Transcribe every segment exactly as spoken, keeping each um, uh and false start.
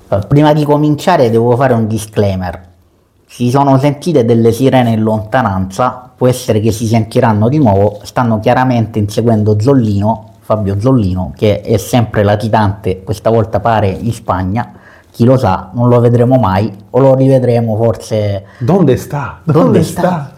Prima di cominciare devo fare un disclaimer. Si sono sentite delle sirene in lontananza, può essere che si sentiranno di nuovo, stanno chiaramente inseguendo Zollino, Fabio Zollino, che è sempre latitante, questa volta pare in Spagna, chi lo sa, non lo vedremo mai, o lo rivedremo forse... Dove sta? Dove, Dove sta? sta?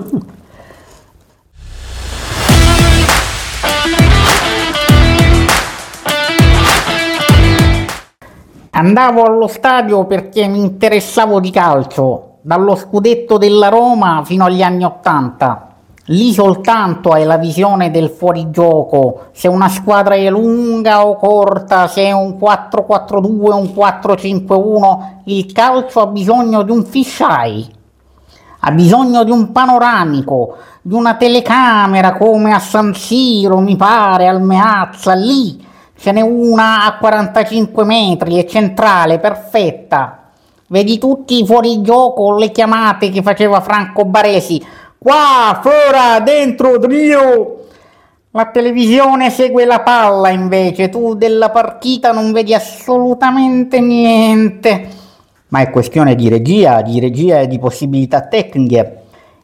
Andavo allo stadio perché mi interessavo di calcio, dallo scudetto della Roma fino agli anni Ottanta. Lì soltanto hai la visione del fuorigioco, se una squadra è lunga o corta, se è un quattro quattro due o un quattro cinque uno, il calcio ha bisogno di un fisheye, ha bisogno di un panoramico, di una telecamera come a San Siro, mi pare, al Meazza, lì. Ce n'è una a quarantacinque metri, è centrale, perfetta. Vedi tutti i fuorigioco, le chiamate che faceva Franco Baresi. Qua, fuori, dentro, Dio! La televisione segue la palla invece, tu della partita non vedi assolutamente niente. Ma è questione di regia, di regia e di possibilità tecniche.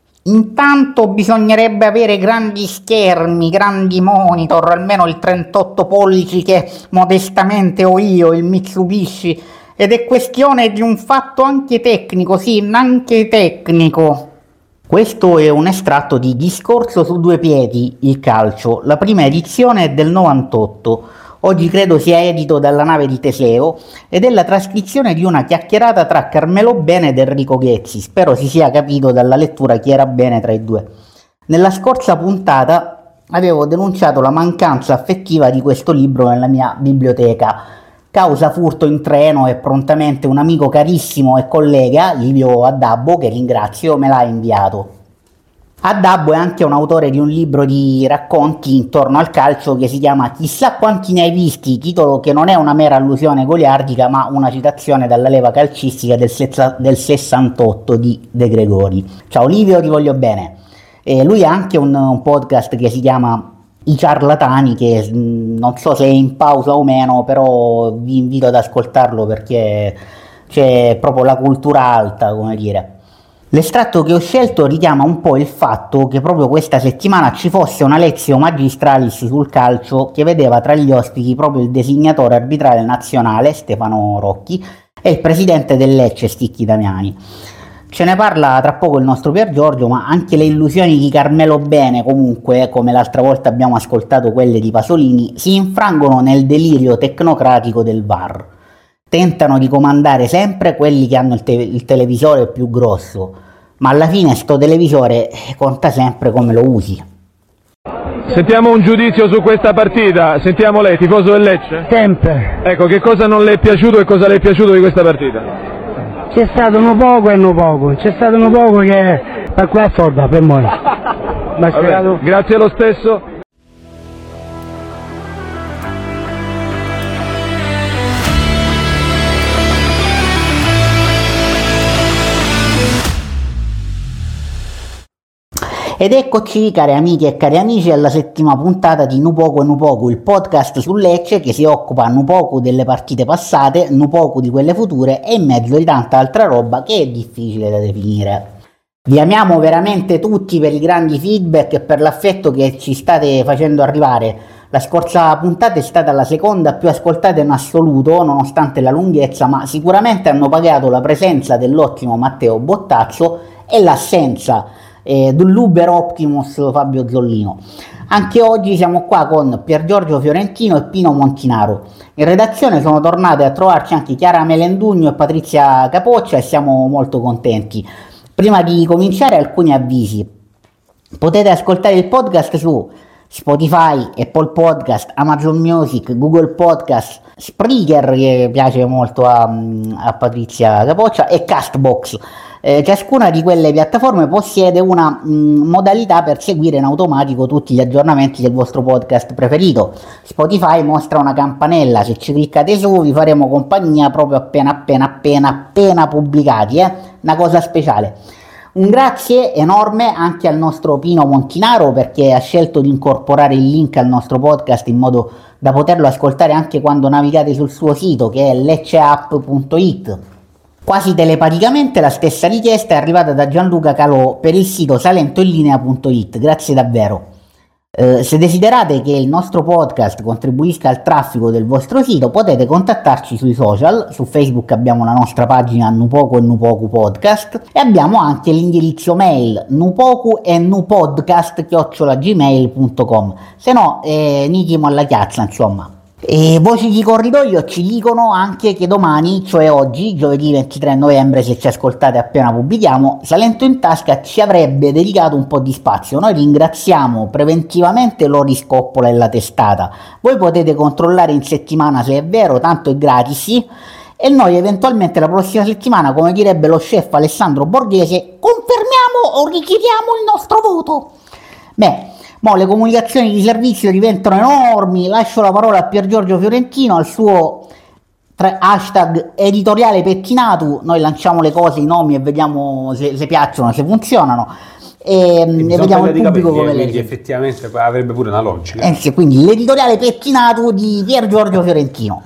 Intanto bisognerebbe avere grandi schermi, grandi monitor, almeno il trentotto pollici che modestamente ho io, il Mitsubishi, ed è questione di un fatto anche tecnico, sì, anche tecnico. Questo è un estratto di Discorso su due piedi, il calcio, la prima edizione è del novantotto. Oggi credo sia edito dalla nave di Teseo ed è la trascrizione di una chiacchierata tra Carmelo Bene ed Enrico Ghezzi. Spero si sia capito dalla lettura chi era bene tra i due. Nella scorsa puntata avevo denunciato la mancanza affettiva di questo libro nella mia biblioteca, causa furto in treno, e prontamente un amico carissimo e collega, Livio Addabbo, che ringrazio, me l'ha inviato. Addabbo è anche un autore di un libro di racconti intorno al calcio che si chiama Chissà quanti ne hai visti, titolo che non è una mera allusione goliardica ma una citazione dalla leva calcistica del, sezza, del sessantotto di De Gregori. Ciao Livio, ti voglio bene. E lui ha anche un, un podcast che si chiama I Ciarlatani, che mh, non so se è in pausa o meno, però vi invito ad ascoltarlo perché c'è proprio la cultura alta, come dire. L'estratto che ho scelto richiama un po' il fatto che proprio questa settimana ci fosse una lezione magistralis sul calcio che vedeva tra gli ospiti proprio il designatore arbitrale nazionale Stefano Rocchi e il presidente del Lecce Sticchi Damiani. Ce ne parla tra poco il nostro Pier Giorgio, ma anche le illusioni di Carmelo Bene, comunque, come l'altra volta abbiamo ascoltato quelle di Pasolini, si infrangono nel delirio tecnocratico del V A R. Tentano di comandare sempre quelli che hanno il, te- il televisore più grosso, ma alla fine sto televisore conta sempre come lo usi. Sentiamo un giudizio su questa partita, sentiamo lei, tifoso del Lecce? Sempre. Ecco, che cosa non le è piaciuto e cosa le è piaciuto di questa partita? C'è stato un poco e un poco, c'è stato un poco che per qua sorda per noi. Vabbè, grazie lo stesso. Ed eccoci, cari amiche e cari amici, alla settima puntata di Nupoku e Nupoku, il podcast sul Lecce che si occupa Nupoku delle partite passate, Nupoku di quelle future e in mezzo di tanta altra roba che è difficile da definire. Vi amiamo veramente tutti per i grandi feedback e per l'affetto che ci state facendo arrivare. La scorsa puntata è stata la seconda più ascoltata in assoluto, nonostante la lunghezza, ma sicuramente hanno pagato la presenza dell'ottimo Matteo Bottazzo e l'assenza Eh, dell'Uber Optimus Fabio Zollino. Anche oggi siamo qua con Pier Giorgio Fiorentino e Pino Montinaro. In redazione sono tornate a trovarci anche Chiara Melendugno e Patrizia Capoccia e siamo molto contenti. Prima di cominciare alcuni avvisi. Potete ascoltare il podcast su Spotify, Apple Podcast, Amazon Music, Google Podcast, Spreaker, che piace molto a, a Patrizia Capoccia, e Castbox. Eh, ciascuna di quelle piattaforme possiede una mh, modalità per seguire in automatico tutti gli aggiornamenti del vostro podcast preferito. Spotify mostra una campanella, se ci cliccate su vi faremo compagnia proprio appena appena appena appena pubblicati, eh? Una cosa speciale. Un grazie enorme anche al nostro Pino Montinaro perché ha scelto di incorporare il link al nostro podcast in modo da poterlo ascoltare anche quando navigate sul suo sito, che è lecceapp punto it. Quasi telepaticamente la stessa richiesta è arrivata da Gianluca Calò per il sito salentoinlinea punto it. Grazie davvero. Eh, se desiderate che il nostro podcast contribuisca al traffico del vostro sito, potete contattarci sui social. Su Facebook abbiamo la nostra pagina Nupoku e Nupoku Podcast e abbiamo anche l'indirizzo mail nupoku e nupodcast chiocciola gmail punto com. Se no, eh, nichimo alla chiazza, insomma. E voci di corridoio ci dicono anche che domani, cioè oggi, giovedì ventitré novembre, se ci ascoltate appena pubblichiamo, Salento in Tasca ci avrebbe dedicato un po' di spazio. Noi ringraziamo preventivamente Loris Coppola e la testata. Voi potete controllare in settimana se è vero, tanto è gratis, e noi eventualmente la prossima settimana, come direbbe lo chef Alessandro Borghese, confermiamo o ritiriamo il nostro voto. Beh, mo le comunicazioni di servizio diventano enormi, lascio la parola a Pier Giorgio Fiorentino, al suo tre, hashtag editoriale pettinato. Noi lanciamo le cose, i nomi e vediamo se, se piacciono, se funzionano e, e vediamo il pubblico come le quindi effettivamente avrebbe pure una logica. Eh sì, quindi l'editoriale pettinato di Pier Giorgio Fiorentino.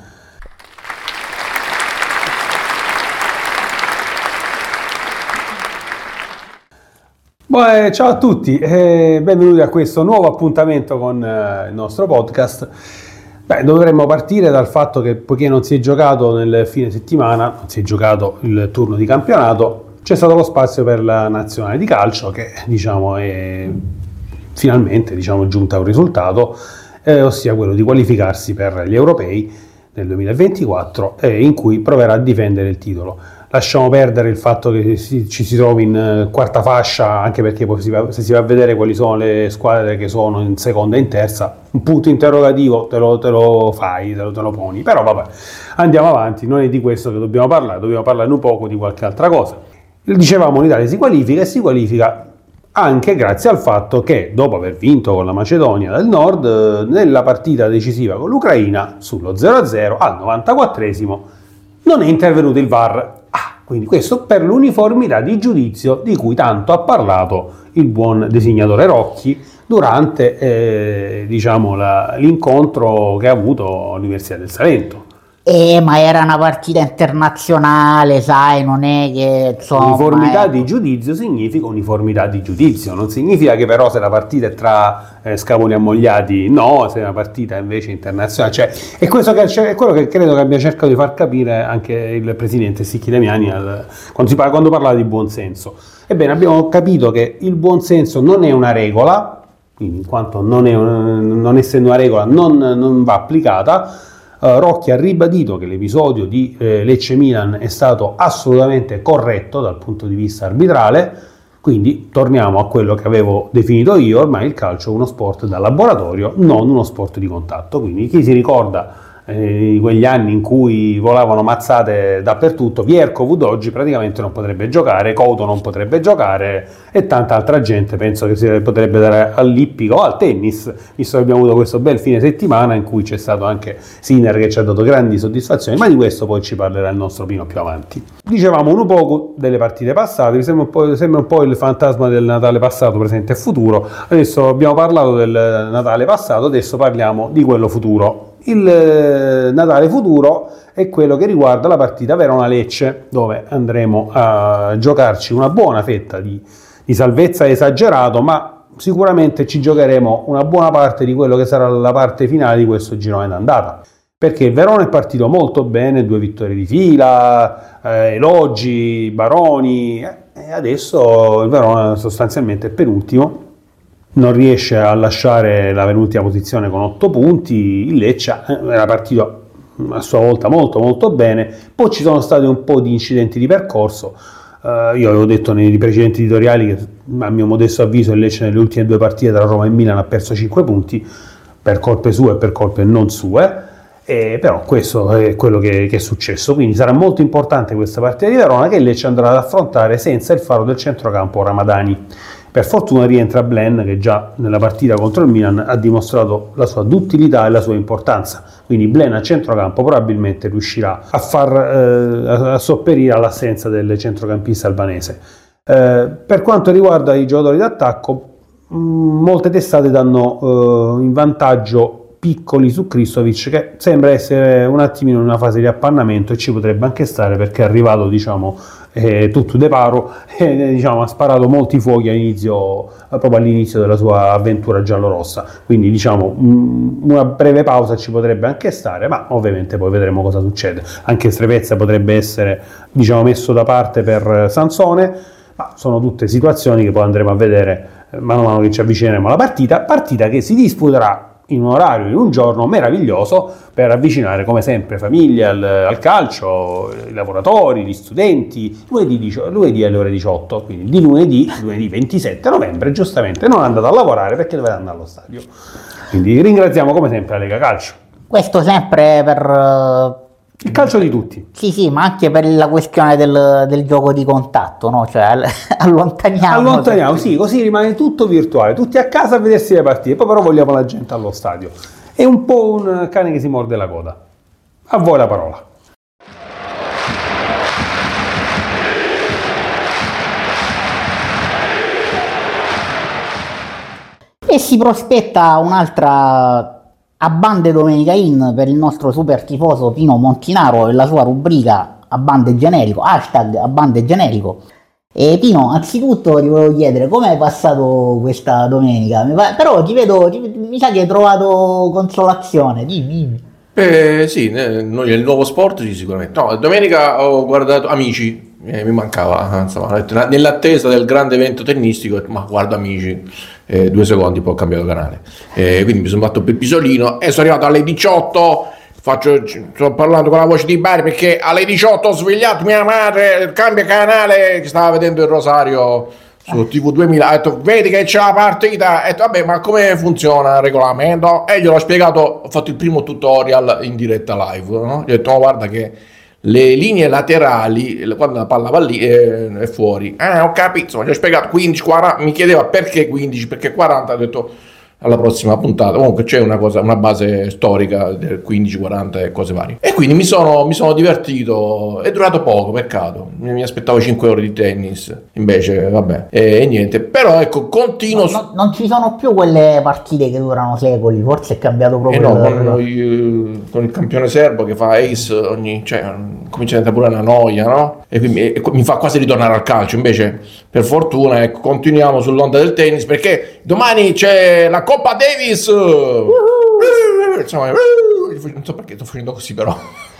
Beh, ciao a tutti e benvenuti a questo nuovo appuntamento con eh, il nostro podcast. Beh, dovremmo partire dal fatto che, poiché non si è giocato nel fine settimana, non si è giocato il turno di campionato, c'è stato lo spazio per la nazionale di calcio che, diciamo, è finalmente, diciamo, giunta a un risultato, eh, ossia quello di qualificarsi per gli europei nel duemilaventiquattro, eh, in cui proverà a difendere il titolo. Lasciamo perdere il fatto che si, ci si trovi in uh, quarta fascia, anche perché poi si va, se si va a vedere quali sono le squadre che sono in seconda e in terza, un punto interrogativo te lo, te lo fai, te lo, te lo poni. Però vabbè, andiamo avanti, non è di questo che dobbiamo parlare, dobbiamo parlare un poco di qualche altra cosa. Dicevamo, l'Italia si qualifica e si qualifica anche grazie al fatto che, dopo aver vinto con la Macedonia del Nord, nella partita decisiva con l'Ucraina, sullo zero a zero, al novantaquattresimo, non è intervenuto il V A R. Quindi questo per l'uniformità di giudizio di cui tanto ha parlato il buon disegnatore Rocchi durante eh, diciamo la, l'incontro che ha avuto all'Università del Salento. Eh, ma era una partita internazionale, sai, non è che insomma... Uniformità ecco. di giudizio significa uniformità di giudizio, non significa che però se la partita è tra eh, scavoli ammogliati, no, se la partita invece è internazionale, cioè è, questo che, è quello che credo che abbia cercato di far capire anche il presidente Sicchi Damiani al, quando, si parla, quando parlava di buonsenso. Ebbene, abbiamo capito che il buonsenso non è una regola, quindi in quanto non, è un, non essendo una regola non, non va applicata. Uh, Rocchi ha ribadito che l'episodio di eh, Lecce-Milan è stato assolutamente corretto dal punto di vista arbitrale, quindi torniamo a quello che avevo definito io: ormai il calcio è uno sport da laboratorio, non uno sport di contatto. Quindi chi si ricorda eh, di quegli anni in cui volavano mazzate dappertutto, Vierco Vudoggi praticamente non potrebbe giocare, Couto non potrebbe giocare e tanta altra gente penso che si potrebbe dare all'ippica o al tennis, visto che abbiamo avuto questo bel fine settimana in cui c'è stato anche Sinner che ci ha dato grandi soddisfazioni, ma di questo poi ci parlerà il nostro Pino più avanti. Dicevamo un poco delle partite passate, mi sembra un po', sembra un po' il fantasma del Natale passato, presente e futuro. Adesso abbiamo parlato del Natale passato, adesso parliamo di quello futuro. Il Natale futuro è quello che riguarda la partita Verona-Lecce, dove andremo a giocarci una buona fetta di, di salvezza esagerato, ma sicuramente ci giocheremo una buona parte di quello che sarà la parte finale di questo girone d'andata, perché il Verona è partito molto bene, due vittorie di fila, eh, elogi, baroni, eh, e adesso il Verona sostanzialmente è penultimo, non riesce a lasciare la penultima posizione con otto punti. Il Lecce era partito a sua volta molto molto bene, poi ci sono stati un po' di incidenti di percorso. Uh, io avevo detto nei precedenti editoriali che a mio modesto avviso il Lecce nelle ultime due partite tra Roma e Milan ha perso cinque punti per colpe sue e per colpe non sue, e però questo è quello che, che è successo, quindi sarà molto importante questa partita di Verona che il Lecce andrà ad affrontare senza il faro del centrocampo Ramadani. Per fortuna rientra Blen, che già nella partita contro il Milan ha dimostrato la sua duttilità e la sua importanza, quindi Blen a centrocampo probabilmente riuscirà a far eh, a sopperire all'assenza del centrocampista albanese. Eh, per quanto riguarda i giocatori d'attacco, mh, molte testate danno eh, in vantaggio Piccoli su Kristovic, che sembra essere un attimino in una fase di appannamento, e ci potrebbe anche stare perché è arrivato, diciamo, eh, tutto de paro e diciamo, ha sparato molti fuochi all'inizio, proprio all'inizio della sua avventura giallorossa, quindi diciamo mh, una breve pausa ci potrebbe anche stare, ma ovviamente poi vedremo cosa succede. Anche Strepezza potrebbe essere, diciamo, messo da parte per Sansone, ma sono tutte situazioni che poi andremo a vedere mano a mano che ci avvicineremo alla partita, partita che si disputerà in un orario, in un giorno meraviglioso per avvicinare come sempre famiglie al, al calcio, i lavoratori, gli studenti, lunedì, lunedì alle ore diciotto, quindi di lunedì, lunedì ventisette novembre, giustamente non è andato a lavorare perché doveva andare allo stadio. Quindi ringraziamo come sempre la Lega Calcio. Questo sempre per... Il calcio di tutti. Sì, sì, ma anche per la questione del, del gioco di contatto, no? Cioè allontaniamo. Allontaniamo, sì, così rimane tutto virtuale, tutti a casa a vedersi le partite, poi però vogliamo la gente allo stadio. È un po' un cane che si morde la coda. A voi la parola. E si prospetta un'altra a bande Domenica In per il nostro super tifoso Pino Montinaro e la sua rubrica a bande generico, hashtag a bande generico. E Pino, anzitutto ti volevo chiedere come hai passato questa domenica, mi fa... però ti vedo, ti... mi sa che hai trovato consolazione, dimmi, dimmi. Eh sì, noi nel nuovo sport sì, sicuramente. No, domenica ho guardato Amici, eh, mi mancava, insomma, nell'attesa del grande evento tennistico, ma guardo Amici, eh, due secondi poi ho cambiato canale, eh, quindi mi sono fatto il pisolino e sono arrivato alle diciotto, faccio, sto parlando con la voce di Bari perché alle diciotto ho svegliato mia madre, cambia canale, che stava vedendo il Rosario su T V duemila, ha detto vedi che c'è la partita, ha detto vabbè ma come funziona il regolamento, e glielo ho spiegato, ho fatto il primo tutorial in diretta live, no? Gli ho detto no, guarda che le linee laterali quando la palla va lì è, è fuori, ah ho capito, insomma, gli ho spiegato quindici quaranta, mi chiedeva perché quindici, perché quaranta, ho detto alla prossima puntata. Comunque c'è una cosa, una base storica del quindici quaranta e cose varie, e quindi mi sono, mi sono divertito. È durato poco, peccato, mi aspettavo cinque ore di tennis, invece vabbè, e, e niente, però ecco continuo. No, su... no, non ci sono più quelle partite che durano secoli, forse è cambiato proprio. Eh no, con, io, con il campione serbo che fa ace ogni, cioè comincia a diventare pure una noia, no? E quindi e, mi fa quasi ritornare al calcio. Invece per fortuna ecco, continuiamo sull'onda del tennis, perché domani c'è la Coppa Davis, uh-huh. Insomma, uh, non so perché sto facendo così però,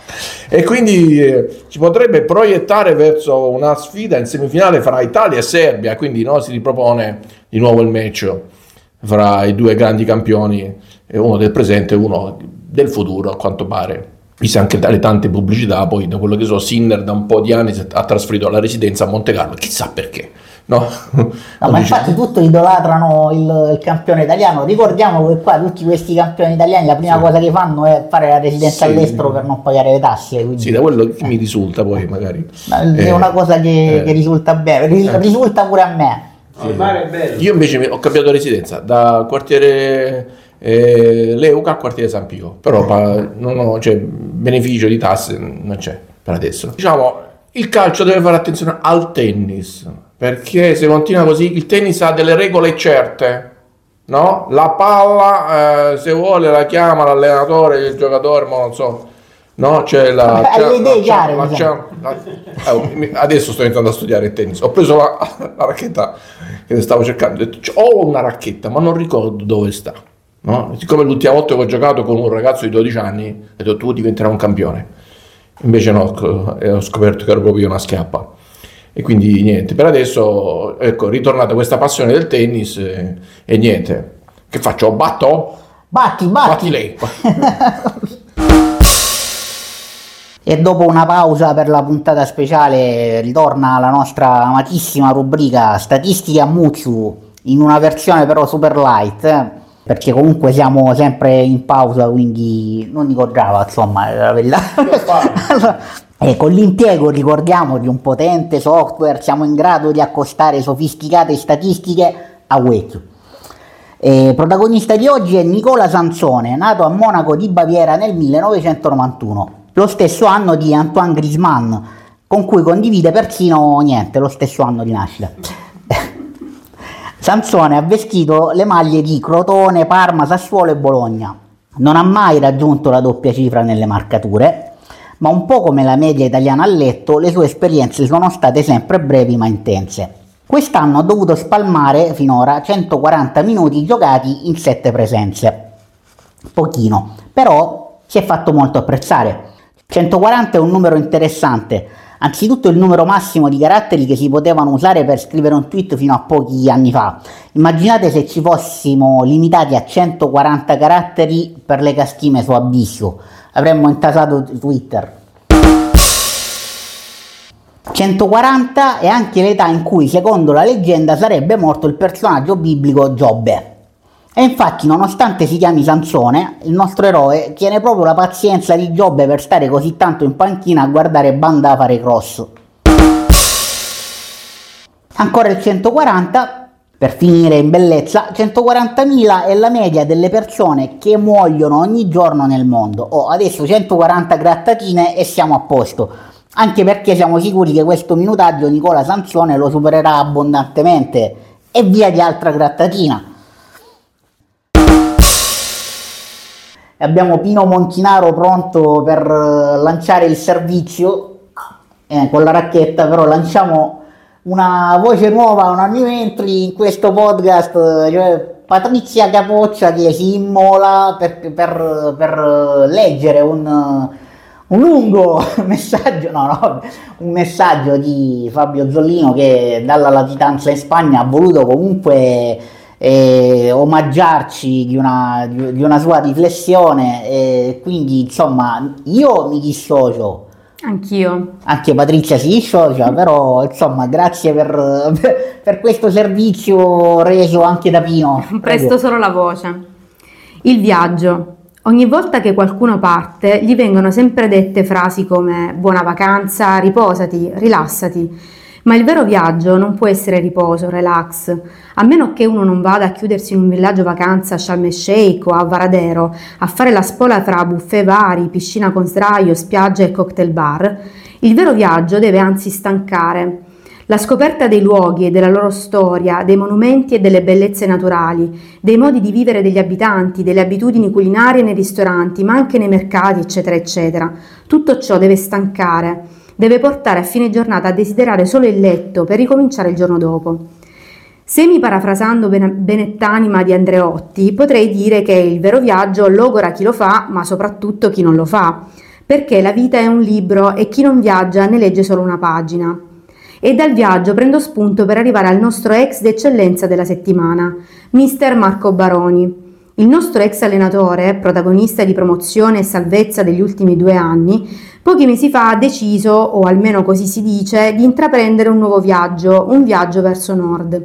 e quindi eh, ci potrebbe proiettare verso una sfida in semifinale fra Italia e Serbia, quindi no, si ripropone di nuovo il match fra i due grandi campioni, uno del presente e uno del futuro a quanto pare, viste anche dalle tante pubblicità. Poi da quello che so Sinner da un po' di anni ha trasferito la residenza a Montecarlo, chissà perché. No, no ma infatti tutti idolatrano il, il campione italiano. Ricordiamo che qua tutti questi campioni italiani la prima sì. cosa che fanno è fare la residenza sì. all'estero per non pagare le tasse, quindi... Sì, da quello che mi risulta poi magari è eh, una cosa che, eh. che risulta bene, eh. risulta pure a me. Sì. È bello. Io invece ho cambiato residenza da quartiere eh, Leuca a quartiere San Pio, però non ho, cioè, beneficio di tasse non c'è per adesso. Diciamo, il calcio deve fare attenzione al tennis, perché se continua così il tennis ha delle regole certe, no? La palla, eh, se vuole la chiama l'allenatore, il giocatore, ma non so, no? C'è la, c'è, c'è, idee c'è, chiare, la, c'è, la, eh, adesso sto iniziando a studiare il tennis, ho preso la, la racchetta che stavo cercando, ho detto, ho una racchetta ma non ricordo dove sta, no? Siccome l'ultima volta che ho giocato con un ragazzo di dodici anni ho detto tu diventerai un campione, invece no, ho scoperto che ero proprio una schiappa. E quindi niente, per adesso ecco, ritornata questa passione del tennis e, e niente, che faccio? Batto? Batti, batti, batti lei. E dopo una pausa per la puntata speciale ritorna la nostra amatissima rubrica Statistiche a Muzzu, in una versione però super light, eh? Perché comunque siamo sempre in pausa, quindi non dico Java, insomma, è la verità. Allora, e con l'impiego, ricordiamo, di un potente software siamo in grado di accostare sofisticate statistiche a Weki. E protagonista di oggi è Nicola Sansone, nato a Monaco di Baviera nel millenovecentonovantuno, lo stesso anno di Antoine Griezmann, con cui condivide persino niente, lo stesso anno di nascita. Sansone ha vestito le maglie di Crotone, Parma, Sassuolo e Bologna. Non ha mai raggiunto la doppia cifra nelle marcature, ma un po' come la media italiana a letto, le sue esperienze sono state sempre brevi ma intense. Quest'anno ha dovuto spalmare finora centoquaranta minuti giocati in sette presenze. Pochino, però si è fatto molto apprezzare. centoquaranta è un numero interessante. Anzitutto il numero massimo di caratteri che si potevano usare per scrivere un tweet fino a pochi anni fa. Immaginate se ci fossimo limitati a centoquaranta caratteri per le caschime su Abisso. Avremmo intasato Twitter. centoquaranta è anche l'età in cui, secondo la leggenda, sarebbe morto il personaggio biblico Giobbe. E infatti, nonostante si chiami Sansone, il nostro eroe tiene proprio la pazienza di Giobbe per stare così tanto in panchina a guardare Banda fare cross. Ancora il centoquaranta, per finire in bellezza, centoquarantamila è la media delle persone che muoiono ogni giorno nel mondo. Oh, adesso centoquaranta grattatine e siamo a posto. Anche perché siamo sicuri che questo minutaggio Nicola Sansone lo supererà abbondantemente. E via di altra grattatina. Abbiamo Pino Monchinaro pronto per lanciare il servizio eh, con la racchetta, però lanciamo una voce nuova, una new entry in questo podcast, cioè Patrizia Capoccia che si immola per, per, per leggere un, un lungo messaggio, no, no, un messaggio di Fabio Zollino che dalla latitanza in Spagna ha voluto comunque E omaggiarci di una, di, di una sua riflessione, e quindi insomma io mi dissocio. Anch'io. Anche Patrizia si dissocia, però insomma grazie per, per questo servizio reso anche da Pino. Presto solo la voce. Il viaggio. Ogni volta che qualcuno parte gli vengono sempre dette frasi come buona vacanza, riposati, rilassati. Ma il vero viaggio non può essere riposo, relax, a meno che uno non vada a chiudersi in un villaggio vacanza a Sharm el Sheikh o a Varadero, a fare la spola tra buffet vari, piscina con sdraio, spiaggia e cocktail bar. Il vero viaggio deve anzi stancare. La scoperta dei luoghi e della loro storia, dei monumenti e delle bellezze naturali, dei modi di vivere degli abitanti, delle abitudini culinarie nei ristoranti, ma anche nei mercati, eccetera, eccetera. Tutto ciò deve stancare. Deve portare a fine giornata a desiderare solo il letto per ricominciare il giorno dopo. Semi parafrasando Benettanima di Andreotti, potrei dire che il vero viaggio logora chi lo fa, ma soprattutto chi non lo fa, perché la vita è un libro e chi non viaggia ne legge solo una pagina. E dal viaggio prendo spunto per arrivare al nostro ex d'eccellenza della settimana, mister Marco Baroni. Il nostro ex allenatore, protagonista di promozione e salvezza degli ultimi due anni, pochi mesi fa ha deciso, o almeno così si dice, di intraprendere un nuovo viaggio, un viaggio verso nord.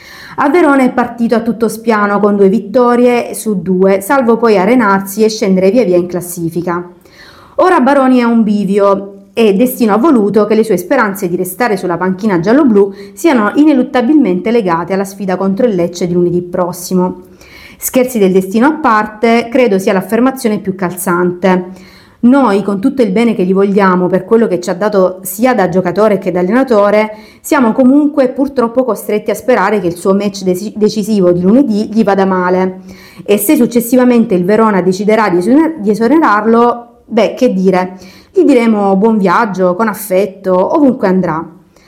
A Verona è partito a tutto spiano con due vittorie su due, salvo poi arenarsi e scendere via via in classifica. Ora Baroni è a un bivio e destino ha voluto che le sue speranze di restare sulla panchina giallo-blu siano ineluttabilmente legate alla sfida contro il Lecce di lunedì prossimo. Scherzi del destino a parte, credo sia l'affermazione più calzante. Noi, con tutto il bene che gli vogliamo per quello che ci ha dato sia da giocatore che da allenatore, siamo comunque purtroppo costretti a sperare che il suo match dec- decisivo di lunedì gli vada male. E se successivamente il Verona deciderà di, esoner- di esonerarlo, beh, che dire, gli diremo buon viaggio, con affetto, ovunque andrà.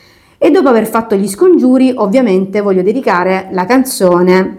E dopo aver fatto gli scongiuri, ovviamente voglio dedicare la canzone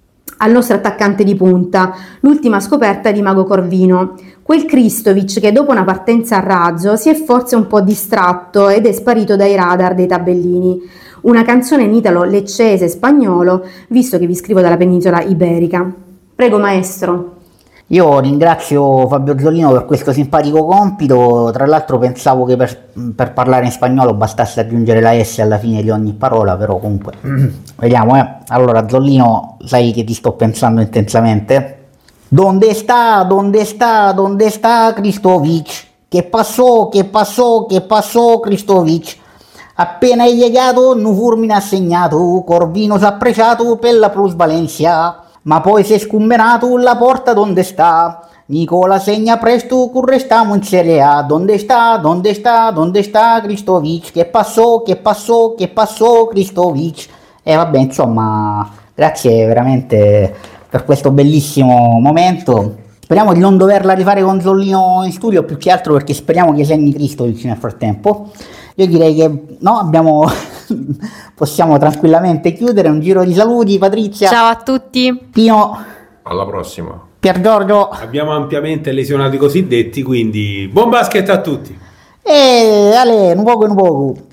al nostro attaccante di punta, l'ultima scoperta di Mago Corvino, quel Kristovic che dopo una partenza a razzo si è forse un po' distratto ed è sparito dai radar dei tabellini. Una canzone in italo leccese e spagnolo, visto che vi scrivo dalla penisola iberica. Prego maestro. Io ringrazio Fabio Zollino per questo simpatico compito, tra l'altro pensavo che per, per parlare in spagnolo bastasse aggiungere la S alla fine di ogni parola, però comunque, vediamo eh. Allora Zollino, sai che ti sto pensando intensamente? Donde sta, donde sta, donde sta Kristovic? Che passò, che passò, che passò Kristovic? Appena è llegato, nu fulmine ha segnato, Corvino s'ha appreciato per la plusvalenza. Ma poi si è scummenato la porta donde sta, Nicola segna presto, restiamo in Serie A. Donde sta, donde sta, donde sta Kristovic? Che passò, che passò, che passò Kristovic? E vabbè, insomma, grazie veramente per questo bellissimo momento. Speriamo di non doverla rifare con Zollino in studio, più che altro perché speriamo che segni Kristovic nel frattempo. Io direi che no, abbiamo possiamo tranquillamente chiudere. Un giro di saluti, Patrizia. Ciao a tutti. Pino. Alla prossima. Pier Giorgio. Abbiamo ampiamente lesionato i cosiddetti, quindi buon basket a tutti. E Ale, un poco, un poco.